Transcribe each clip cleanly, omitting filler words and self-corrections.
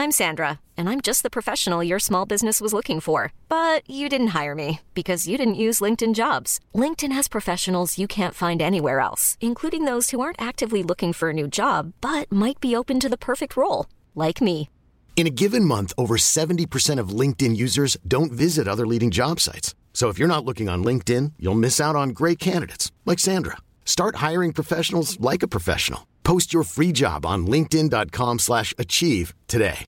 I'm Sandra, and I'm just the professional your small business was looking for. But you didn't hire me because you didn't use LinkedIn Jobs. LinkedIn has professionals you can't find anywhere else, including those who aren't actively looking for a new job, but might be open to the perfect role, like me. In a given month, over 70% of LinkedIn users don't visit other leading job sites. So if you're not looking on LinkedIn, you'll miss out on great candidates like Sandra. Start hiring professionals like a professional. Post your free job on linkedin.com/achieve today.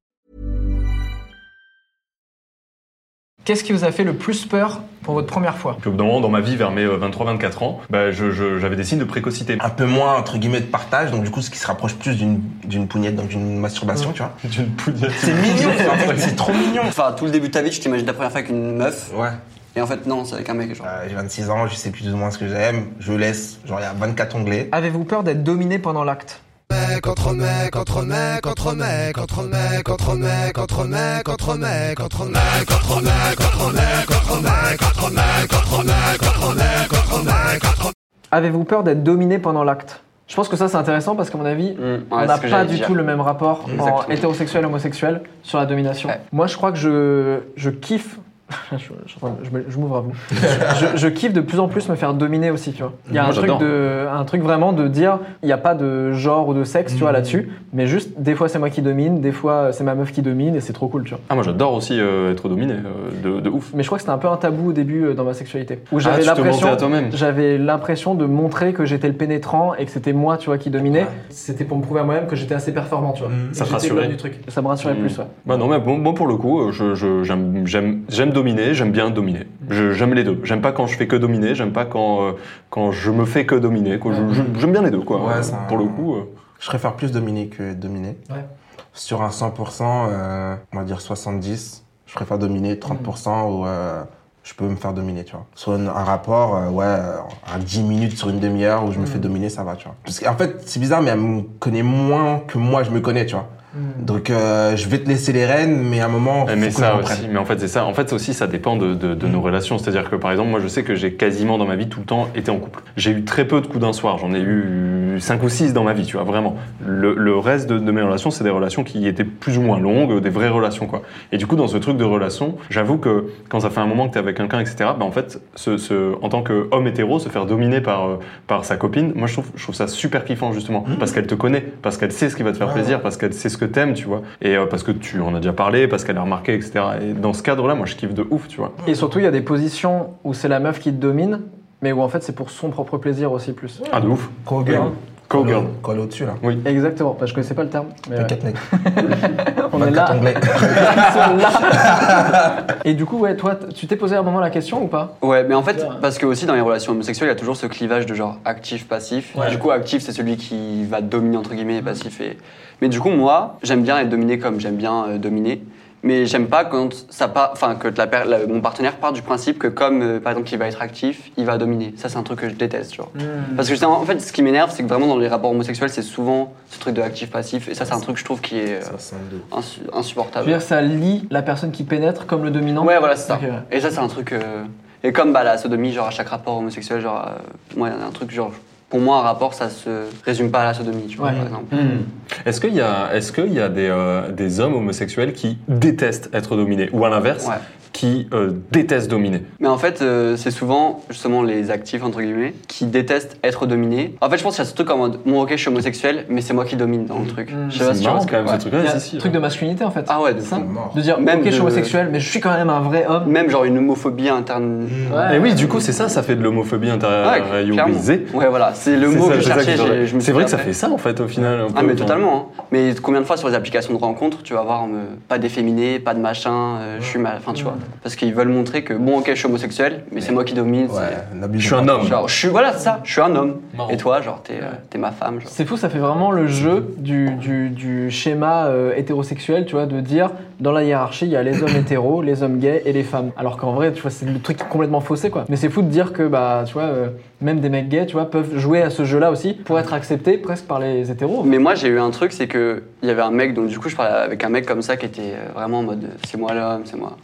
Qu'est-ce qui vous a fait le plus peur pour votre première fois ? Puis au bout d'un moment, dans ma vie, vers mes 23-24 ans, j'avais des signes de précocité. Un peu moins, entre guillemets, de partage, donc du coup, ce qui se rapproche plus d'une pougnette, donc d'une masturbation, tu vois. D'une pougnette. C'est mignon, en fait, c'est trop mignon. Enfin, tout le début de ta vie, tu t'imagines la première fois avec une meuf. Ouais. Et en fait, non, c'est avec un mec, genre. J'ai 26 ans, je sais plus ou moins ce que j'aime, je laisse, genre, il y a 24 onglets. Avez-vous peur d'être dominé pendant l'acte ? Contre mec, contre mec, contre mec, contre mec, contre mec, contre mec, contre mec, contre mec, contre mec, contre mec, contre mec, contre mec, contre mec, contre mec, contre mec, contre. Avez-vous peur d'être dominé pendant l'acte ? Je pense que ça c'est intéressant parce qu'à mon avis, on n'a pas du tout le même rapport en hétérosexuel et homosexuel sur la domination. Ouais. Moi je crois que je kiffe. Je m'ouvre à vous. je kiffe de plus en plus me faire dominer aussi, tu vois. Il y a un truc vraiment de dire, il n'y a pas de genre ou de sexe, tu vois, là-dessus, mais juste des fois c'est moi qui domine, des fois c'est ma meuf qui domine et c'est trop cool, tu vois. Ah moi j'adore aussi être dominé, de ouf. Mais je crois que c'était un peu un tabou au début dans ma sexualité, où j'avais l'impression de montrer que j'étais le pénétrant et que c'était moi, tu vois, qui dominais. Ouais. C'était pour me prouver à moi-même que j'étais assez performant, tu vois. Ça te rassurait du truc. Ça me rassurait plus, ouais. Bah non mais bon pour le coup, j'aime dominer, j'aime bien dominer. J'aime les deux. J'aime pas quand je fais que dominer, j'aime pas quand je me fais que dominer. Quoi. J'aime bien les deux, quoi. Ouais, pour le coup. Je préfère plus dominer que être dominé. Ouais. Sur un 100%, on va dire 70%, je préfère dominer 30% où je peux me faire dominer, tu vois. Sur un rapport, à 10 minutes sur une demi-heure où je me fais dominer, ça va, tu vois. Parce qu'en fait, c'est bizarre, mais elle me connaît moins que moi, je me connais, tu vois. Donc je vais te laisser les rênes, mais à un moment, mais ça aussi. Mais en fait c'est ça. En fait aussi ça dépend de nos relations. C'est-à-dire que par exemple moi je sais que j'ai quasiment dans ma vie tout le temps été en couple. J'ai eu très peu de coups d'un soir. J'en ai eu 5 ou 6 dans ma vie, tu vois, vraiment. Le reste de mes relations c'est des relations qui étaient plus ou moins longues, des vraies relations, quoi. Et du coup dans ce truc de relation, j'avoue que quand ça fait un moment que t'es avec quelqu'un, etc. En fait en tant qu'homme hétéro, se faire dominer par sa copine, moi je trouve ça super kiffant justement, parce qu'elle te connaît, parce qu'elle sait ce qui va te faire plaisir, parce qu'elle sait ce que t'aimes, tu vois, et parce que tu en as déjà parlé, parce qu'elle a remarqué, etc. Et dans ce cadre-là, moi, je kiffe de ouf, tu vois. Et surtout, il y a des positions où c'est la meuf qui te domine, mais où en fait, c'est pour son propre plaisir aussi plus. Ah, de ouf. Cowgirl. Cowgirl. Colle au-dessus, là. Oui. Exactement. Je connaissais pas le terme. T'inquiète, mec. On est là. Ils sont là. Et du coup, ouais, toi, tu t'es posé à un moment la question ou pas ? Ouais, mais en fait, parce que aussi dans les relations homosexuelles, il y a toujours ce clivage de genre actif-passif. Ouais. Du coup, actif, c'est celui qui va dominer, entre guillemets, et passif. Mais du coup, moi, j'aime bien être dominé comme j'aime bien dominer. Mais j'aime pas quand mon partenaire part du principe que comme, par exemple, il va être actif, il va dominer. Ça, c'est un truc que je déteste, genre. Parce que en fait, ce qui m'énerve, c'est que vraiment, dans les rapports homosexuels, c'est souvent ce truc de actif-passif. Et ça, c'est un truc, je trouve, qui est insupportable. Tu veux dire, ça lie la personne qui pénètre comme le dominant ? Ouais, voilà, c'est ça. Okay, ouais. Et ça, c'est un truc... Et comme la sodomie, genre, à chaque rapport homosexuel, genre... moi, il y a un truc, genre... Pour moi, un rapport, ça se résume pas à la sodomie, tu vois, par exemple. Est-ce qu'il y a des hommes homosexuels qui détestent être dominés, ou à l'inverse, qui détestent dominer? Mais en fait, c'est souvent justement les actifs, entre guillemets, qui détestent être dominés. En fait, je pense qu'il y a ce truc en mode, ok, je suis homosexuel, mais c'est moi qui domine dans le truc. Je sais pas si tu vois quand même ce truc-là. Il y a un truc de masculinité, en fait. Ah ouais, de dire, même ok, je suis homosexuel, mais je suis quand même un vrai homme. Même genre une homophobie interne. Et oui, du coup, c'est ça fait de l'homophobie intériorisée. Ouais, voilà, c'est le mot que je cherchais. C'est vrai que ça fait ça, en fait, au final. Ah, mais totalement. Mais combien de fois sur les applications de rencontres, tu vas voir pas d'efféminé, pas de machin, je suis mal, enfin, tu vois. Parce qu'ils veulent montrer que, bon, ok, je suis homosexuel, mais c'est moi qui domine. Je suis un homme. Genre, voilà, c'est ça, je suis un homme. Marrant. Et toi, genre, t'es ma femme. Genre. C'est fou, ça fait vraiment le jeu du schéma hétérosexuel, tu vois, de dire, dans la hiérarchie, il y a les hommes hétéros, les hommes gays et les femmes. Alors qu'en vrai, tu vois, c'est le truc complètement faussé, quoi. Mais c'est fou de dire que, bah, tu vois, même des mecs gays, tu vois, peuvent jouer à ce jeu-là aussi pour être acceptés presque par les hétéros. Mais moi, j'ai eu un truc, c'est que il y avait un mec, donc du coup, je parlais avec un mec comme ça qui était vraiment en mode, c'est moi l'homme, c'est moi. Et une fois,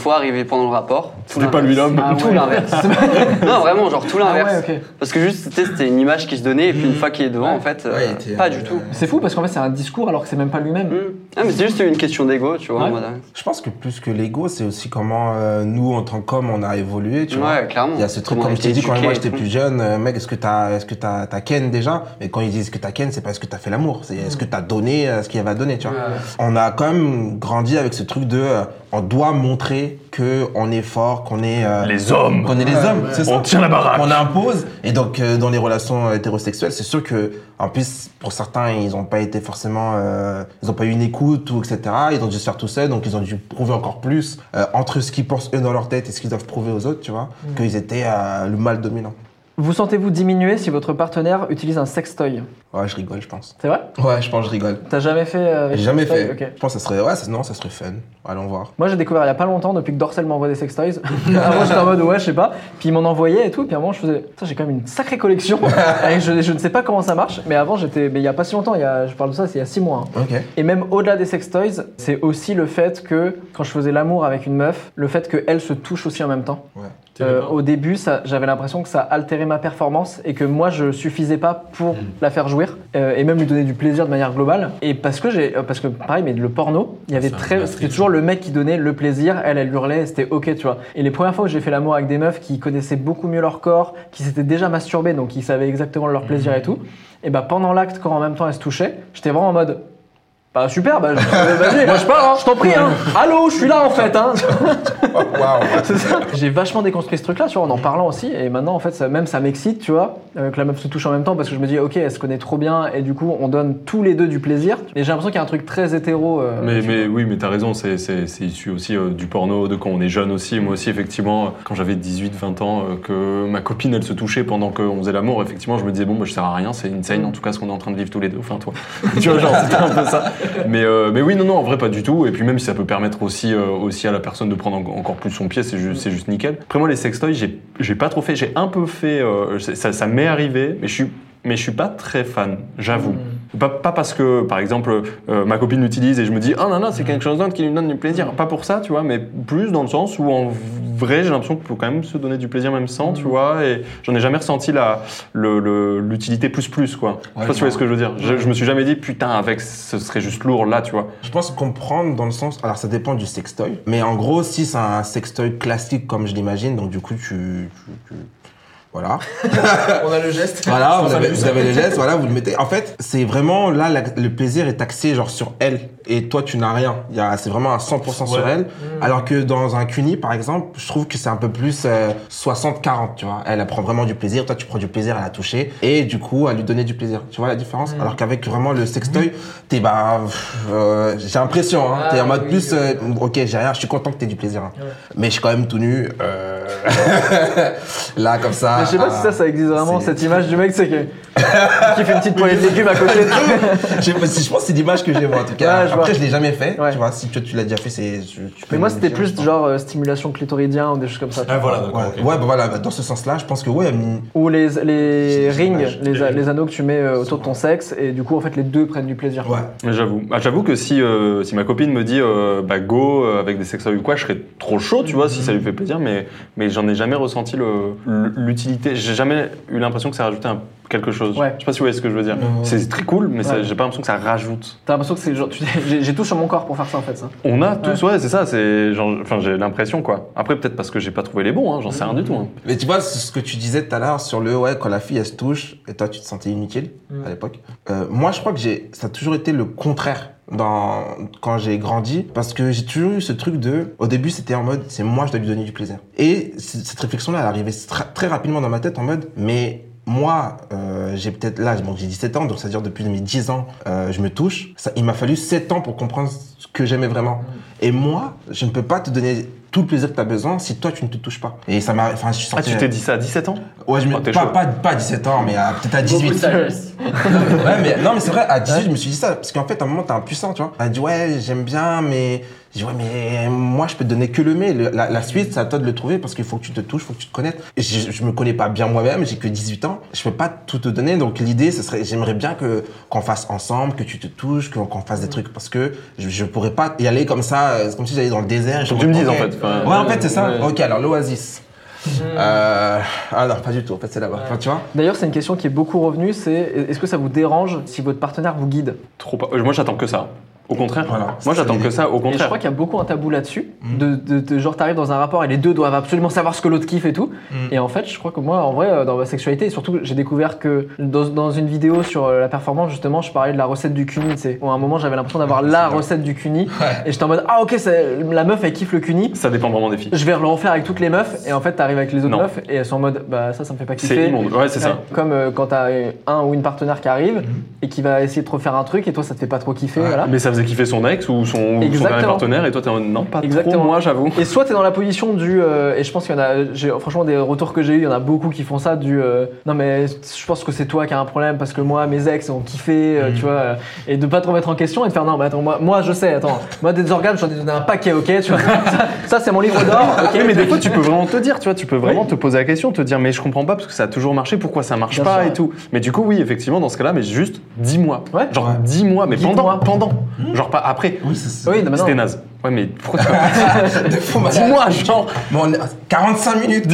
fois arrivé pendant le rapport. C'était pas lui l'homme. Tout l'inverse. Non, vraiment, genre tout l'inverse. Ah ouais, ok. Parce que juste, c'était une image qui se donnait, et puis une fois qu'il est devant, en fait, pas du tout. C'est fou parce qu'en fait, c'est un discours alors que c'est même pas lui-même. Ah, mais c'est juste une question d'ego, tu vois. Je pense que plus que l'ego, c'est aussi comment nous, en tant qu'hommes, on a évolué, tu vois. Ouais, clairement. Il y a ce truc, comme je t'ai dit, quand moi j'étais plus jeune, mec, est-ce que t'as ken déjà? Mais quand ils disent que t'as ken, c'est pas est-ce que t'as fait l'amour, c'est est-ce que t'as donné ce qu'il y avait à donner, tu vois. On a quand même grandi avec ce truc de on doit montrer qu'on est fort, qu'on est les hommes, c'est ça. On tient la baraque, on impose. Et donc dans les relations hétérosexuelles, c'est sûr que en plus pour certains ils ont pas été forcément ils ont pas eu une écoute ou etc. Ils ont dû se faire tout seuls, donc ils ont dû prouver encore plus entre ce qu'ils pensent eux dans leur tête et ce qu'ils doivent prouver aux autres, tu vois, qu'ils étaient le mâle dominant. Vous sentez-vous diminué si votre partenaire utilise un sextoy? Ouais, je rigole, je pense. C'est vrai? Ouais, je pense que je rigole. T'as jamais fait J'ai jamais fait. Okay. Je pense que ça serait, ça serait fun. Allons voir. Moi, j'ai découvert il y a pas longtemps, depuis que Dorsel m'envoie des sextoys. Avant, j'étais en mode ouais, je sais pas. Puis il m'en envoyait et tout. Puis à un moment, je faisais, j'ai quand même une sacrée collection. Et je ne sais pas comment ça marche. Mais avant, mais il y a pas si longtemps. Je parle de ça, c'est il y a 6 mois. Hein. Okay. Et même au-delà des sextoys, c'est aussi le fait que quand je faisais l'amour avec une meuf, le fait qu'elle se touche aussi en même temps. Ouais. Au début, j'avais l'impression que ça altérait ma performance et que moi, je suffisais pas pour la faire jouir et même lui donner du plaisir de manière globale. Et parce que pareil, mais le porno, il y avait c'était toujours le mec qui donnait le plaisir, elle hurlait, c'était ok, tu vois. Et les premières fois où j'ai fait l'amour avec des meufs qui connaissaient beaucoup mieux leur corps, qui s'étaient déjà masturbées, donc qui savaient exactement leur plaisir et tout, et bah pendant l'acte, quand en même temps elles se touchaient, j'étais vraiment en mode. Bah super, vas-y, moi je pars, je t'en prie, allô, je suis là en fait, Wow. C'est ça. J'ai vachement déconstruit ce truc-là, tu vois, en parlant aussi, et maintenant en fait, ça m'excite, tu vois, que la meuf se touche en même temps parce que je me dis, ok, elle se connaît trop bien, et du coup, on donne tous les deux du plaisir. Et j'ai l'impression qu'il y a un truc très hétéro. Mais t'as raison, c'est issu aussi du porno, de quand on est jeune aussi. Moi aussi, effectivement, quand j'avais 18-20 ans, que ma copine elle se touchait pendant qu'on faisait l'amour, effectivement, je me disais, je sers à rien, c'est insane en tout cas ce qu'on est en train de vivre tous les deux, enfin toi. Tu vois, genre, c'était un peu ça. Mais oui, non, en vrai, pas du tout. Et puis même si ça peut permettre aussi à la personne de prendre encore plus son pied, c'est juste nickel. Après moi, les sextoys, j'ai pas trop fait. J'ai un peu fait, ça m'est arrivé, mais je suis pas très fan, j'avoue. Pas parce que, par exemple, ma copine l'utilise et je me dis « Oh non, c'est quelque chose d'autre qui lui donne du plaisir ». Pas pour ça, tu vois, mais plus dans le sens où en vrai, j'ai l'impression qu'il faut quand même se donner du plaisir même sans, tu vois, et j'en ai jamais ressenti l'utilité plus, quoi. Ouais, je sais pas si tu vois ce que je veux dire. Je me suis jamais dit « Putain, avec, ce serait juste lourd là, tu vois ». Je pense comprendre dans le sens, alors ça dépend du sextoy, mais en gros, si c'est un sextoy classique comme je l'imagine, donc du coup, voilà. On a le geste. Voilà, vous avez le geste, voilà, vous le mettez. En fait, c'est vraiment, là, le plaisir est axé genre sur elle. Et toi, tu n'as rien. C'est vraiment à 100% sur elle. Alors que dans un cuni, par exemple, je trouve que c'est un peu plus 60-40, tu vois. Elle prend vraiment du plaisir. Toi, tu prends du plaisir à la toucher. Et du coup, à lui donner du plaisir. Tu vois la différence? Alors qu'avec vraiment le sextoy, t'es, j'ai l'impression, t'es en mode plus, ok, j'ai rien, je suis content que t'aies du plaisir. Mais je suis quand même tout nu. Là, comme ça. Mais je sais pas si ça existe vraiment, cette image du mec, c'est qui fait une petite poêlée de légumes à côté. Je pense que c'est l'image que j'ai, moi, en tout cas. Ouais, après, je l'ai jamais fait. Tu vois, si tu l'as déjà fait, mais moi, c'était plus genre stimulation clitoridien ou des choses comme ça. Ah, voilà, d'accord. Ouais, voilà, dans ce sens-là, je pense que ou les rings, les anneaux que tu mets autour de ton sexe, et du coup, en fait, les deux prennent du plaisir. Ouais. J'avoue que si ma copine me dit go avec des sextoys ou quoi, je serais trop chaud, tu vois, si ça lui fait plaisir, mais j'en ai jamais ressenti l'utilité. J'ai jamais eu l'impression que ça rajoutait quelque chose. Je sais pas si vous voyez ce que je veux dire. C'est très cool, mais j'ai pas l'impression que ça rajoute. T'as l'impression que c'est genre, j'ai tout sur mon corps pour faire ça en fait, ça. On a tous, c'est ça, j'ai l'impression quoi. Après, peut-être parce que j'ai pas trouvé les bons, j'en sais rien du tout. Mais tu vois, ce que tu disais tout à l'heure sur quand la fille elle se touche, et toi tu te sentais inutile à l'époque. Moi, je crois que ça a toujours été le contraire. Quand j'ai grandi, parce que j'ai toujours eu ce truc au début c'était en mode c'est moi je dois lui donner du plaisir, et cette réflexion là elle arrivait très rapidement dans ma tête en mode mais moi j'ai peut-être là j'ai 17 ans, donc c'est à dire depuis mes 10 ans je me touche, il m'a fallu 7 ans pour comprendre ce que j'aimais vraiment, et moi je ne peux pas te donner tout le plaisir que tu as besoin si toi tu ne te touches pas. Et ça m'a, je suis sorti. Ah, tu t'es dit ça à 17 ans? Ouais, pas à 17 ans, mais peut-être à 18. Non, mais c'est vrai, à 18, je me suis dit ça, parce qu'en fait, à un moment, t'es impuissant, tu vois. Elle dit, ouais, j'aime bien, mais. Je dis, ouais, mais moi, je peux te donner que le mais. La suite, c'est à toi de le trouver parce qu'il faut que tu te touches, il faut que tu te connaisses. Et je me connais pas bien moi-même, j'ai que 18 ans. Je peux pas tout te donner. Donc, l'idée, j'aimerais bien qu'on fasse ensemble, que tu te touches, qu'on fasse des trucs parce que je pourrais pas y aller comme ça. C'est comme si j'allais dans le désert. Faut que tu me dises, en fait. Ouais, en fait, c'est ça. Ouais. Ok, alors l'Oasis. Ah non, pas du tout. En fait, c'est là-bas. Enfin, tu vois. D'ailleurs, c'est une question qui est beaucoup revenue. C'est est-ce que ça vous dérange si votre partenaire vous guide ? Trop pas. Moi, j'attends que ça. Au contraire. Voilà, moi, j'attends que ça. Au contraire. Et je crois qu'il y a beaucoup un tabou là-dessus. De genre, t'arrives dans un rapport et les deux doivent absolument savoir ce que l'autre kiffe et tout. Et en fait, je crois que moi, en vrai, dans ma sexualité, et surtout, j'ai découvert que dans une vidéo sur la performance, justement, je parlais de la recette du cuni. Tu sais, à un moment, j'avais l'impression d'avoir la recette du cuni. Et j'étais en mode, ah ok, la meuf, elle kiffe le cuni. Ça dépend vraiment des filles. Je vais le refaire avec toutes les meufs. Et en fait, t'arrives avec les autres meufs et elles sont en mode, bah ça me fait pas kiffer. C'est immonde. Ouais, c'est ça. Comme quand t'as un ou une partenaire qui arrive et qui va essayer de te refaire un truc et toi, ça te fait pas trop kiffer. Voilà. Mais ça faisait kiffer son ex ou son dernier partenaire et toi t'es en non pas trop moi j'avoue. Et soit t'es dans la position du et je pense qu'il y en a franchement des retours que j'ai eu, il y en a beaucoup qui font ça du non mais je pense que c'est toi qui as un problème parce que moi mes ex ont kiffé tu vois et de pas te remettre en question et de faire non mais attends moi je sais moi des organes j'en ai donné un paquet ok tu vois ça c'est mon livre d'or ok mais des fois tu peux vraiment te dire tu vois tu peux vraiment te poser la question te dire mais je comprends pas parce que ça a toujours marché pourquoi ça marche pas et tout mais du coup oui effectivement dans ce cas-là mais juste 10 mois genre 10 mois mais pendant genre pas après c'était naze. Ouais, mais pourquoi dis-moi, genre. Bon, 45 minutes.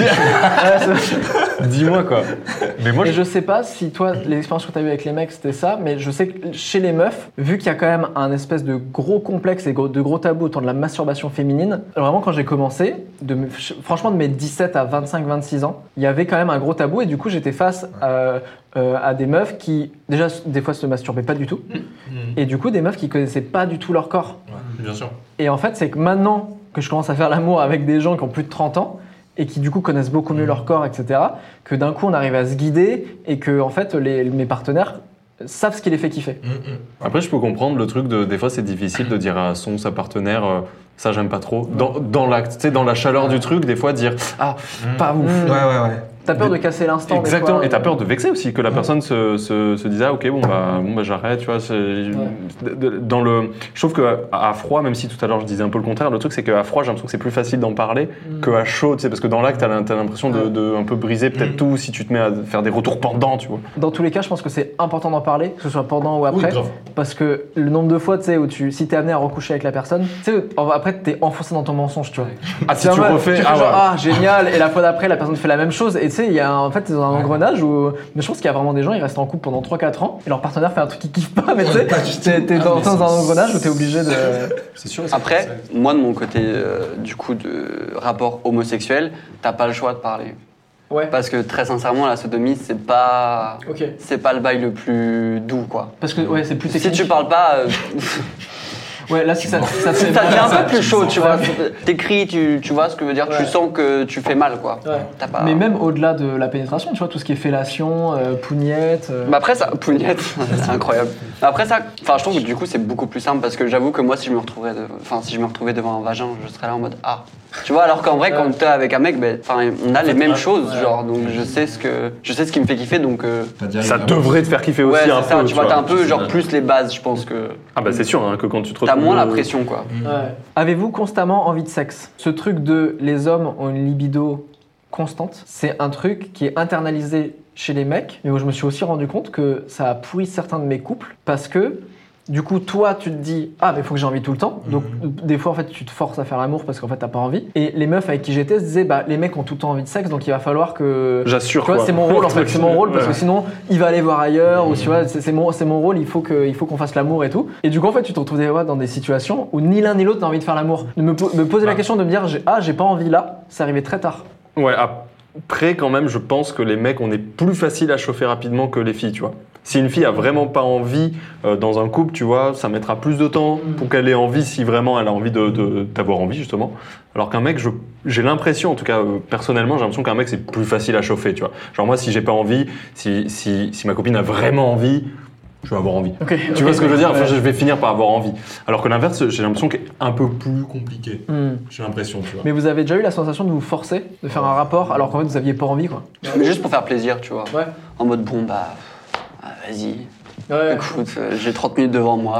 Dis-moi quoi. Mais moi, je sais pas si toi, les expériences que tu as eues avec les mecs, c'était ça, mais je sais que chez les meufs, vu qu'il y a quand même un espèce de gros complexe et de gros tabous autour de la masturbation féminine, vraiment quand j'ai commencé, franchement de mes 17 à 25-26 ans, il y avait quand même un gros tabou et du coup j'étais face à des meufs qui, déjà, des fois se masturbaient pas du tout, et du coup des meufs qui connaissaient pas du tout leur corps. Bien sûr. Et en fait, c'est que maintenant que je commence à faire l'amour avec des gens qui ont plus de 30 ans et qui du coup connaissent beaucoup mieux leur corps, etc., que d'un coup on arrive à se guider et que en fait mes partenaires savent ce qui les fait kiffer. Après, je peux comprendre le truc des fois c'est difficile de dire à sa partenaire ça j'aime pas trop. Dans la chaleur du truc, des fois dire pas ouf. Ouais. T'as peur de casser l'instant. Exactement, et t'as peur de vexer aussi, que la personne se dise ok bon bah j'arrête, tu vois. Je trouve qu'à froid, même si tout à l'heure je disais un peu le contraire, le truc c'est qu'à froid j'ai l'impression que c'est plus facile d'en parler qu'à chaud, tu sais, parce que dans l'acte t'as l'impression de un peu briser peut-être tout si tu te mets à faire des retours pendant, tu vois. Dans tous les cas, je pense que c'est important d'en parler, que ce soit pendant ou après, parce que le nombre de fois, tu sais, où si t'es amené à recoucher avec la personne, tu sais, après t'es enfoncé dans ton mensonge, tu vois. Ah si tu refais, génial, et la fois d'après la personne fait la même chose, et tu sais, il y a en fait dans un engrenage où, mais je pense qu'il y a vraiment des gens, ils restent en couple pendant 3-4 ans et leur partenaire fait un truc qu'ils kiffent pas, mais tu sais, t'es dans un engrenage où t'es obligé de. C'est sûr. Après, moi de mon côté, du coup, de rapport homosexuel, t'as pas le choix de parler. Ouais. Parce que très sincèrement, la sodomie, c'est pas le bail le plus doux, quoi. Parce que c'est plus technique. Si tu parles pas. Ouais, là, si ça devient un peu plus chaud, tu vois. T'écris, tu vois ce que veut dire, tu sens que tu fais mal, quoi. Ouais. Mais même au-delà de la pénétration, tu vois, tout ce qui est fellation, pougnette. Bah après ça, pougnette, c'est incroyable. Après ça, je trouve que du coup c'est beaucoup plus simple parce que j'avoue que moi si je me retrouvais devant un vagin, je serais là en mode tu vois, alors qu'en vrai quand t'es avec un mec, on a les mêmes choses, genre, donc je sais ce qui me fait kiffer, donc. Ça devrait te faire kiffer aussi un peu. Tu vois, t'as un peu genre plus les bases, je pense que. Ah bah c'est sûr que quand tu te retrouves. T'as moins la pression, quoi. Ouais. Avez-vous constamment envie de sexe ? Ce truc de les hommes ont une libido constante, c'est un truc qui est internalisé chez les mecs, mais où je me suis aussi rendu compte que ça a pourri certains de mes couples parce que. Du coup, toi, tu te dis « Ah, mais il faut que j'ai envie tout le temps. » Donc, des fois, en fait, tu te forces à faire l'amour parce qu'en fait, t'as pas envie. Et les meufs avec qui j'étais se disaient « Les mecs ont tout le temps envie de sexe, donc il va falloir que… » J'assure, tu vois, c'est mon rôle, en fait. C'est mon rôle parce que sinon, il va aller voir ailleurs ou tu vois, c'est mon rôle, il faut qu'on fasse l'amour et tout. Et du coup, en fait, tu te retrouves dans des situations où ni l'un ni l'autre n'a envie de faire l'amour. De me poser la question de me dire « j'ai pas envie là », c'est arrivé très tard. Ouais, après, quand même, je pense que les mecs, on est plus facile à chauffer rapidement que les filles, tu vois. Si une fille a vraiment pas envie dans un couple, tu vois, ça mettra plus de temps pour qu'elle ait envie, si vraiment elle a envie d'avoir envie, justement. Alors qu'un mec, j'ai l'impression, en tout cas personnellement, j'ai l'impression qu'un mec, c'est plus facile à chauffer, tu vois. Genre moi, si j'ai pas envie, si ma copine a vraiment envie, je vais avoir envie. Tu vois ce que je veux dire ? Enfin, je vais finir par avoir envie. Alors que l'inverse, j'ai l'impression qu'il est un peu plus compliqué. J'ai l'impression, tu vois. Mais vous avez déjà eu la sensation de vous forcer, de faire un rapport, alors qu'en fait, vous aviez pas envie, quoi. Mais juste pour faire plaisir, tu vois. Ouais. En mode, vas-y. Ouais. Écoute, j'ai 30 minutes devant moi.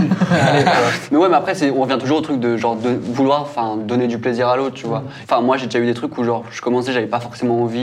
Mais ouais, mais après, on revient toujours au truc de vouloir donner du plaisir à l'autre, tu vois. Enfin, moi, j'ai déjà eu des trucs où je commençais, j'avais pas forcément envie.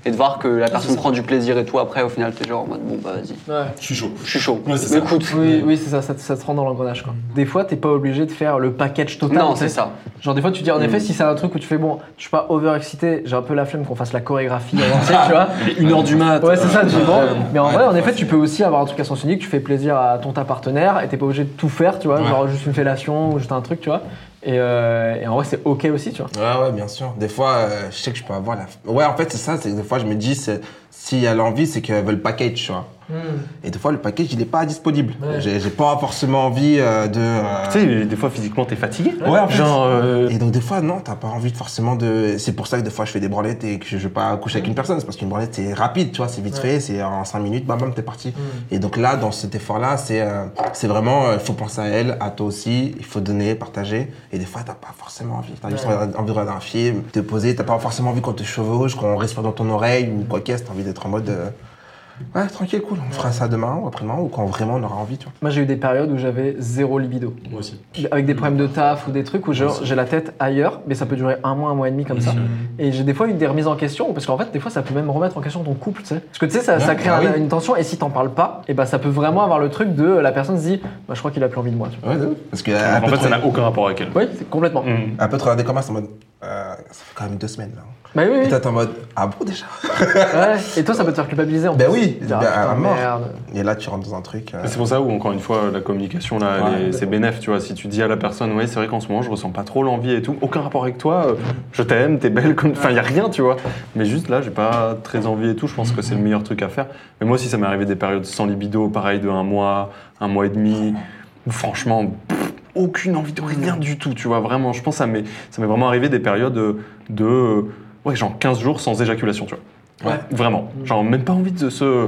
et de voir que la personne prend du plaisir et tout, après au final t'es genre en mode bon bah vas-y. Ouais. Je suis chaud. Je suis chaud. Ouais, c'est mais ça. écoute. Oui, c'est ça te rend dans l'engrenage quoi. Des fois t'es pas obligé de faire le package total. Non, c'est ça. Genre des fois tu dis en effet si c'est un truc où tu fais bon, je suis pas overexcité, j'ai un peu la flemme qu'on fasse la chorégraphie à l'ancienne, tu vois. 1h du mat. Ouais, c'est ça, tu dis bon. Mais en vrai, en effet, tu peux aussi avoir un truc à sens unique, tu fais plaisir à ta partenaire et t'es pas obligé de tout faire, tu vois, genre juste une fellation ou juste un truc, tu vois. Et en vrai, c'est ok aussi, tu vois. Ouais, bien sûr. Des fois, je sais que je peux avoir la. Ouais, en fait, c'est ça. C'est que des fois, je me dis, s'il y a l'envie, c'est qu'elle veut le package, tu vois. Et des fois, le package, il est pas disponible. Ouais. J'ai pas forcément envie de. Tu sais, des fois, physiquement, t'es fatigué. Ouais, en fait. Genre. Et donc, des fois, non, t'as pas envie forcément de. C'est pour ça que des fois, je fais des branlettes et que je veux pas coucher avec une personne. C'est parce qu'une branlette, c'est rapide, tu vois, c'est vite fait, c'est en 5 minutes, bam, t'es parti. Et donc là, dans cet effort-là, c'est vraiment, il faut penser à elle, à toi aussi, il faut donner, partager. Et des fois, t'as pas forcément envie. T'as juste envie de regarder un film, te poser, t'as pas forcément envie qu'on te chevauche, qu'on respire dans ton oreille ou quoi qu'est-ce, t'as envie d'être en mode. Ouais, tranquille, cool, on fera ça demain ou après-demain ou quand vraiment on aura envie, tu vois. Moi, j'ai eu des périodes où j'avais zéro libido. Moi aussi. Avec des problèmes de taf ou des trucs où j'ai la tête ailleurs, mais ça peut durer un mois et demi comme ça. Et j'ai des fois eu des remises en question, parce qu'en fait, des fois, ça peut même remettre en question ton couple, tu sais. Parce que tu sais, ça crée une tension, et si t'en parles pas, et bah ça peut vraiment avoir le truc de la personne se dit, bah je crois qu'il a plus envie de moi, tu vois. Ouais, parce que. En fait, ça n'a aucun rapport avec elle. Oui, complètement. Elle peut te regarder comme ça en mode. Ça fait quand même 2 semaines là. Bah oui. Et toi, t'es en mode, ah bon déjà? Ouais, et toi, ça peut te faire culpabiliser en Ben plus. oui, mort. Merde. Et là, tu rentres dans un truc. C'est pour ça où, encore une fois, la communication, là, c'est bénéf, tu vois. Si tu dis à la personne, ouais, c'est vrai qu'en ce moment, je ressens pas trop l'envie et tout, aucun rapport avec toi, je t'aime, t'es belle, comme. Enfin, y a rien, tu vois. Mais juste là, j'ai pas très envie et tout, je pense que c'est le meilleur truc à faire. Mais moi aussi, ça m'est arrivé des périodes sans libido, pareil, de 1 mois et demi, où franchement. Aucune envie de rien du tout, tu vois, vraiment. Je pense que ça m'est vraiment arrivé des périodes de genre 15 jours sans éjaculation, tu vois. Ouais. Vraiment. Genre même pas envie de se...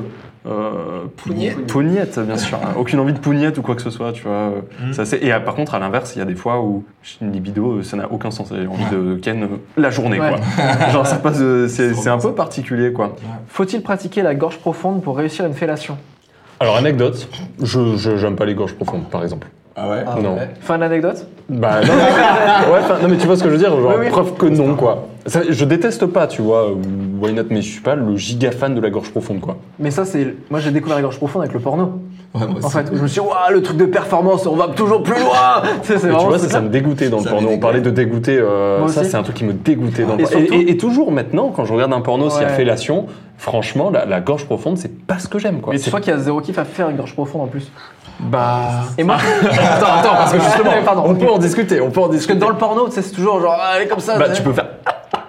Pougnette, bien sûr. Aucune envie de pougnette ou quoi que ce soit, tu vois. Et par contre, à l'inverse, il y a des fois où une libido, ça n'a aucun sens. J'ai envie de ken la journée, quoi. Genre, ça passe, c'est un peu particulier, quoi. Faut-il pratiquer la gorge profonde pour réussir une fellation? Alors, anecdote, j'aime pas les gorges profondes, par exemple. Ah ouais? Non. Ouais. Fin d'anecdote? Bah non, non mais tu vois ce que je veux dire, genre preuve que non quoi. Ça, je déteste pas, tu vois, why not, mais je suis pas le giga fan de la gorge profonde quoi. Mais ça c'est, moi j'ai découvert la gorge profonde avec le porno. Ouais, moi aussi. En fait, je me suis dit, waouh, le truc de performance, on va toujours plus loin. Tu vois, ça me dégoûtait dans le porno. On parlait de dégoûter, ça c'est un truc qui me dégoûtait dans le porno. Et toujours maintenant, quand je regarde un porno, s'il y a fellation, franchement, la gorge profonde, c'est pas ce que j'aime quoi. Mais tu crois qu'il y a zéro kiff à faire une gorge profonde en plus? Bah. Et moi. Attends, parce que justement, on peut en discuter. Parce que dans le porno, tu sais, c'est toujours genre, allez comme ça. Bah, tu peux faire.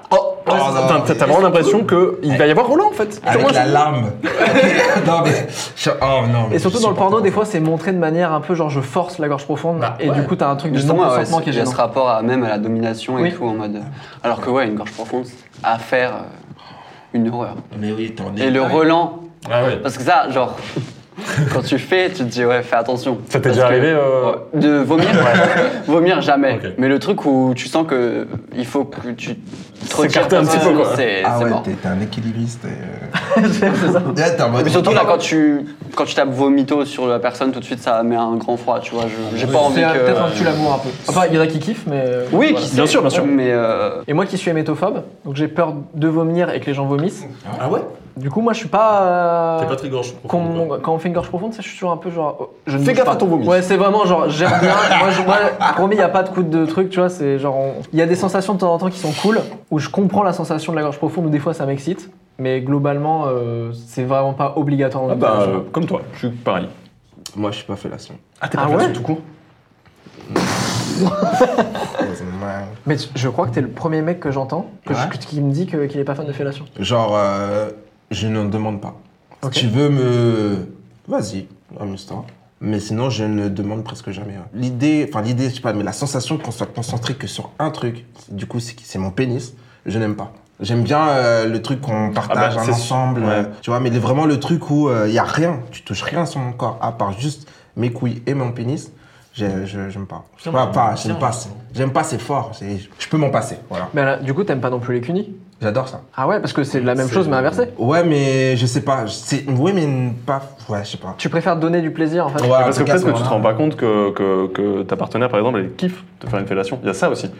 T'as vraiment l'impression qu'il va y avoir Roland en fait. Avec la larme. Non mais. Et surtout dans le porno, des fois, c'est montré de manière un peu genre je force la gorge profonde. Et du coup, t'as un truc de non-consentement qui est gênant. Il y a ce rapport même à la domination et tout en mode. Alors que une gorge profonde, à faire une horreur. Mais oui, t'en es. Et le Roland. Ah ouais. Parce que ça, genre. Quand tu fais, tu te dis fais attention. Ça t'est déjà arrivé de vomir? Vomir jamais. Okay. Mais le truc où tu sens que il faut que tu te retires un petit peu quoi. C'est mort. T'es un équilibriste. C'est ça. Mais surtout là quand tu tapes vomito sur la personne, tout de suite ça met un grand froid, tu vois. J'ai pas envie que. Peut-être un tue l'amour un peu. Enfin, il y en a qui kiffent, mais. Oui, voilà. bien sûr. Mais Et moi qui suis hémétophobe, donc j'ai peur de vomir et que les gens vomissent. Ah ouais? Du coup, moi, je suis pas. T'es pas très gorge profonde. Quand on fait une gorge profonde, je suis toujours un peu genre. Fais gaffe à ton vomi. Ouais, c'est vraiment genre, j'aime bien. moi, promis, il n'y a pas de coup de truc, tu vois. C'est genre. Il y a des sensations de temps en temps qui sont cool, où je comprends la sensation de la gorge profonde, où des fois ça m'excite. Mais globalement, c'est vraiment pas obligatoire. Ah bah, comme toi, je suis pareil. Moi, je suis pas fellation. Ah, t'es pas fellation tout court? Mais je crois que t'es le premier mec que j'entends qui me dit qu'il est pas fan de fellation. Genre, je ne demande pas. Okay. Si tu veux vas-y, amuse-toi. Mais sinon, je ne demande presque jamais. L'idée, je sais pas, mais la sensation qu'on soit concentré que sur un truc, du coup, c'est mon pénis, je n'aime pas. J'aime bien le truc qu'on partage ensemble, tu vois, mais vraiment le truc où il y a rien, tu touches rien sur mon corps, à part juste mes couilles et mon pénis. J'aime pas. J'aime pas, c'est fort. Je peux m'en passer, voilà. Mais là, du coup, t'aimes pas non plus les cunis? J'adore ça. Ah ouais, parce que c'est la même chose mais inversée. Ouais, mais je sais pas. Ouais, mais pas. Ouais, je sais pas. Tu préfères donner du plaisir en fait? Ouais, parce que peut-être que tu te rends pas compte que ta partenaire, par exemple, elle kiffe de faire une fellation. Il y a ça aussi.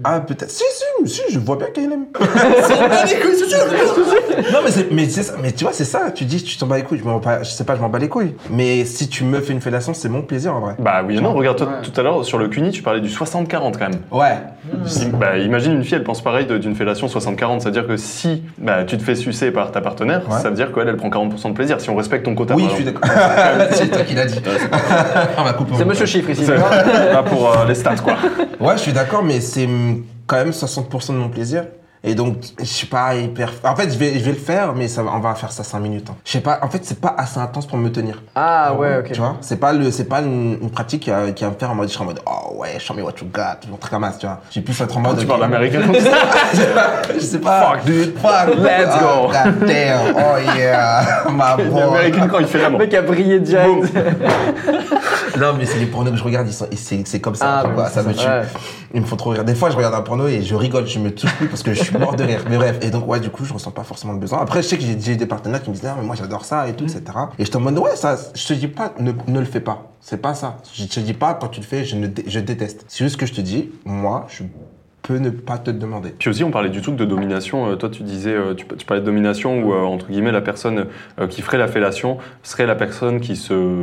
Ah, peut-être. Si, je vois bien qu'elle aime. C'est pas les couilles, c'est sûr. Non, mais c'est ça. Mais tu vois, c'est ça. Tu dis, tu t'en bats les couilles. Je sais pas, je m'en bats les couilles. Mais si tu me fais une fellation, c'est mon plaisir en vrai. Bah oui, non, regarde, toi, tout à l'heure, sur le CUNY, tu parlais du 60-40 quand même. Ouais. Bah, imagine une fille, elle pense pareil d'une fellation 60-40. C'est-à-dire que si tu te fais sucer par ta partenaire, ça veut dire qu'elle, elle prend 40% de plaisir. Si on respecte ton quota. Oui, je suis d'accord. C'est toi qui l'as dit. C'est monsieur Chiffre ici. Pas pour les stats, quoi. Ouais, je suis d'accord, mais c'est quand même 60% de mon plaisir. Et donc, je suis pas hyper... En fait, je vais le faire, mais on va faire ça 5 minutes. Hein. Je sais pas, en fait, c'est pas assez intense pour me tenir. Ah ouais, ok. Tu vois, c'est pas une pratique qui va me faire en mode, je serai en mode, oh ouais, show me what you got, mon truc à masse, tu vois. J'ai plus être en mode... Tu parles américain comme ça? Je sais pas. Fuck, dude. Fuck, let's go. God damn, oh yeah, ma boy. Américain quand il fait l'amour. Le mec a brillé direct. Non, mais c'est les pornos que je regarde, c'est comme ça, quoi, ça me tue. Ouais. Ils me font trop rire. Des fois, je regarde un porno et je rigole, je me touche plus parce que je suis mort de rire. Mais bref, et donc, ouais, du coup, je ressens pas forcément le besoin. Après, je sais que j'ai des partenaires qui me disent, ah, mais moi, j'adore ça et tout, etc. Et je te demande, ouais, ça, je te dis pas, ne le fais pas. C'est pas ça. Je te dis pas, quand tu le fais, je déteste. C'est juste que je te dis, moi, je peux ne pas te demander. Puis aussi, on parlait du truc de domination. Toi, tu disais, tu parlais de domination où, entre guillemets, la personne qui ferait la fellation serait la personne qui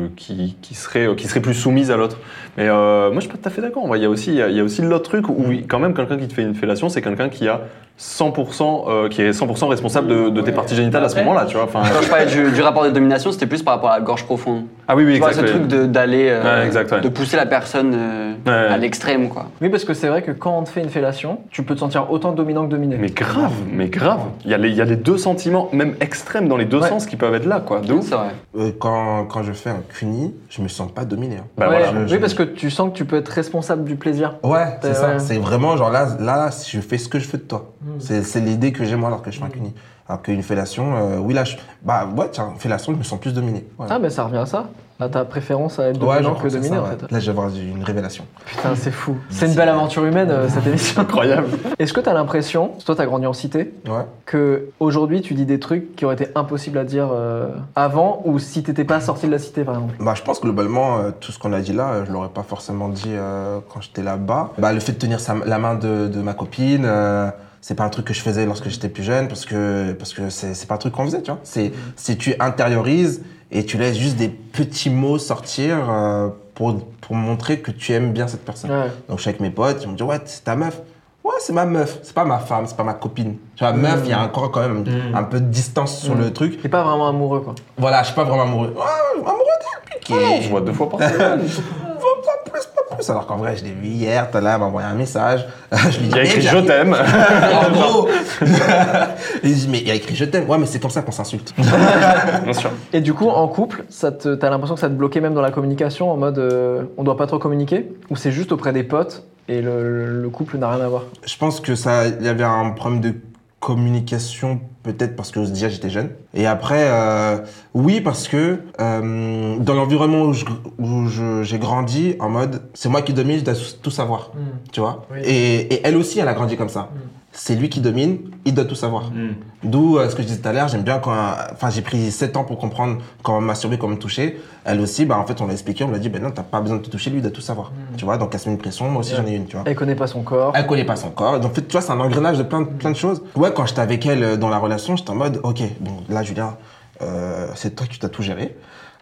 serait plus soumise à l'autre. Mais moi, je suis pas tout à fait d'accord. Il y a aussi l'autre truc où, quand même, quelqu'un qui te fait une fellation, c'est quelqu'un qui a 100%, qui est 100% responsable de tes parties génitales à ce moment-là, tu vois. Quand je parlais du rapport de domination, c'était plus par rapport à la gorge profonde. Ah oui, exactement. Ce truc d'aller, de pousser la personne à l'extrême, quoi. Oui, parce que c'est vrai que quand on te fait une fellation, tu peux te sentir autant dominant que dominé. Mais grave. Il y a les deux sentiments, même extrêmes dans les deux sens, qui peuvent être là, quoi. De ouf. C'est vrai. Quand je fais un CUNY, je me sens pas dominé. Hein. Bah ouais, voilà. Oui, parce que tu sens que tu peux être responsable du plaisir. Ouais, c'est ça. C'est vraiment genre là, je fais ce que je veux de toi. C'est l'idée que j'ai moi alors que je fais un CUNY. Alors qu'une fellation, oui là, une fellation, je me sens plus dominé. Ouais. Ah, mais ça revient à ça. Là, ta préférence à être dominant que dominé, en fait. Là, je vais avoir une révélation. Putain, c'est fou. C'est une belle aventure humaine, cette émission. Incroyable. Est-ce que t'as l'impression, toi, t'as grandi en cité, qu'aujourd'hui, tu dis des trucs qui auraient été impossibles à dire avant, ou si t'étais pas sorti de la cité, par exemple? Je pense que globalement, tout ce qu'on a dit là, je l'aurais pas forcément dit quand j'étais là-bas. Le fait de tenir la main de ma copine... c'est pas un truc que je faisais lorsque j'étais plus jeune parce que c'est pas un truc qu'on faisait, tu vois. Si tu intériorises et tu laisses juste des petits mots sortir pour montrer que tu aimes bien cette personne. Ouais. Donc je suis avec mes potes, ils me disent ouais, c'est ta meuf. Ouais, c'est ma meuf, c'est pas ma femme, c'est pas ma copine. Tu vois, meuf, il y a encore quand même un peu de distance sur le truc. T'es pas vraiment amoureux, quoi. Voilà, je suis pas vraiment amoureux. Ouais, amoureux, t'es piqué. On se voit 2 fois par semaine. Pas plus, alors qu'en vrai, je l'ai vu hier, t'as là, elle m'a envoyé un message. Je lui dis, il a écrit je t'aime. En gros. Il dit, mais il a écrit je t'aime. Ouais, mais c'est comme ça qu'on s'insulte. Bien sûr. Et du coup, en couple, t'as l'impression que ça te bloquait même dans la communication, en mode on doit pas trop communiquer? Ou c'est juste auprès des potes et le couple n'a rien à voir? Je pense que il y avait un problème de communication, peut-être parce que déjà j'étais jeune. Et après, oui, parce que dans l'environnement où j'ai grandi, en mode, c'est moi qui domine, je dois tout savoir. Tu vois. Oui. Et elle aussi, elle a grandi comme ça. C'est lui qui domine, il doit tout savoir. D'où ce que je disais tout à l'heure, j'aime bien j'ai pris 7 ans pour comprendre comment masturber, comment me toucher. Elle aussi, en fait, on l'a expliqué, on l'a dit, non, t'as pas besoin de te toucher, lui, il doit tout savoir. Tu vois, donc elle se met une pression, moi aussi j'en ai une, tu vois. Elle connaît pas son corps. Elle connaît pas son corps. Donc, en fait, tu vois, c'est un engrenage de plein de choses. Ouais, quand j'étais avec elle dans la relation, j'étais en mode, ok, bon, là, Julien, c'est toi qui t'as tout géré.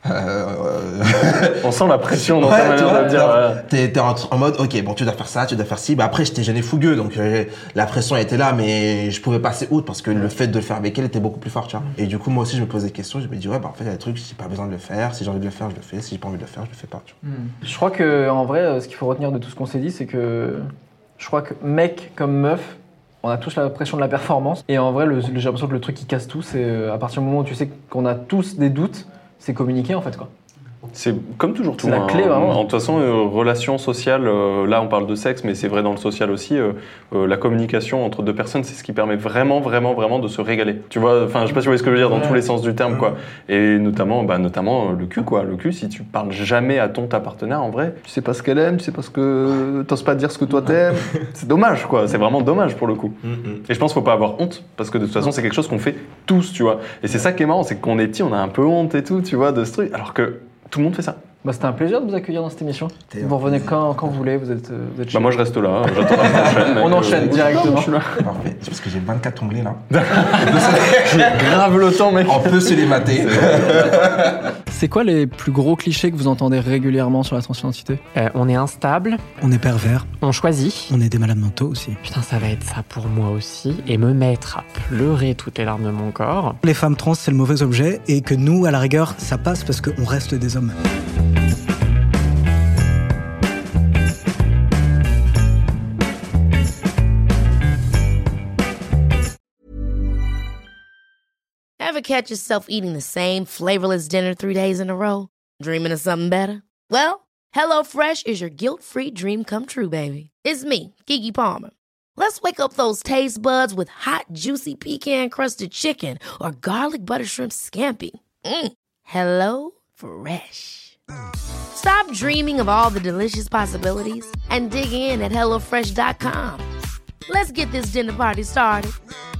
On sent la pression dans ta manière de le dire. T'es en mode, ok, bon, tu dois faire ça, tu dois faire ci. Après, j'étais jeune et fougueux, donc la pression était là, mais je pouvais passer outre parce que le fait de le faire avec elle était beaucoup plus fort, tu vois. Et du coup, moi aussi, je me posais des questions. Je me dis, ouais, en fait, il y a des trucs, j'ai pas besoin de le faire. Si j'ai envie de le faire, je le fais. Si j'ai pas envie de le faire, je le fais pas, tu vois. Je crois que, en vrai, ce qu'il faut retenir de tout ce qu'on s'est dit, c'est que je crois que mec comme meuf, on a tous la pression de la performance. Et en vrai, j'ai l'impression que le truc qui casse tout, c'est à partir du moment où tu sais qu'on a tous des doutes, c'est communiquer en fait, quoi. C'est comme toujours tout. C'est la clé, vraiment. De toute façon, relation sociale, là on parle de sexe, mais c'est vrai dans le social aussi, la communication entre deux personnes, c'est ce qui permet vraiment de se régaler. Tu vois, enfin, je sais pas si vous voyez ce que je veux dire, dans tous les sens du terme, quoi. Et notamment le cul, quoi. Le cul, si tu parles jamais à ta partenaire, en vrai, tu sais pas ce qu'elle aime, tu sais pas t'oses pas dire ce que toi t'aimes. C'est dommage, quoi. C'est vraiment dommage pour le coup. Et je pense qu'il faut pas avoir honte, parce que de toute façon, c'est quelque chose qu'on fait tous, tu vois. Et c'est ça qui est marrant, c'est qu'on est petit, on a un peu honte et tout, tu vois, de ce truc, alors que tout le monde fait ça. C'était un plaisir de vous accueillir dans cette émission. Vous revenez quand vous voulez, vous êtes chez moi je reste là, j'attends la prochaine. On enchaîne directement. Parfait, parce que j'ai 24 onglets là. J'ai grave le temps, mec. On peut se les mater. C'est quoi les plus gros clichés que vous entendez régulièrement sur la transidentité ? On est instable. On est pervers. On choisit. On est des malades mentaux aussi. Putain, ça va être ça pour moi aussi. Et me mettre à pleurer toutes les larmes de mon corps. Les femmes trans, c'est le mauvais objet. Et que nous, à la rigueur, ça passe parce qu'on reste des hommes. Ever catch yourself eating the same flavorless dinner 3 days in a row? Dreaming of something better? Well, HelloFresh is your guilt-free dream come true, baby. It's me, Keke Palmer. Let's wake up those taste buds with hot, juicy pecan-crusted chicken or garlic butter shrimp scampi. Hello Fresh. Stop dreaming of all the delicious possibilities and dig in at HelloFresh.com. Let's get this dinner party started.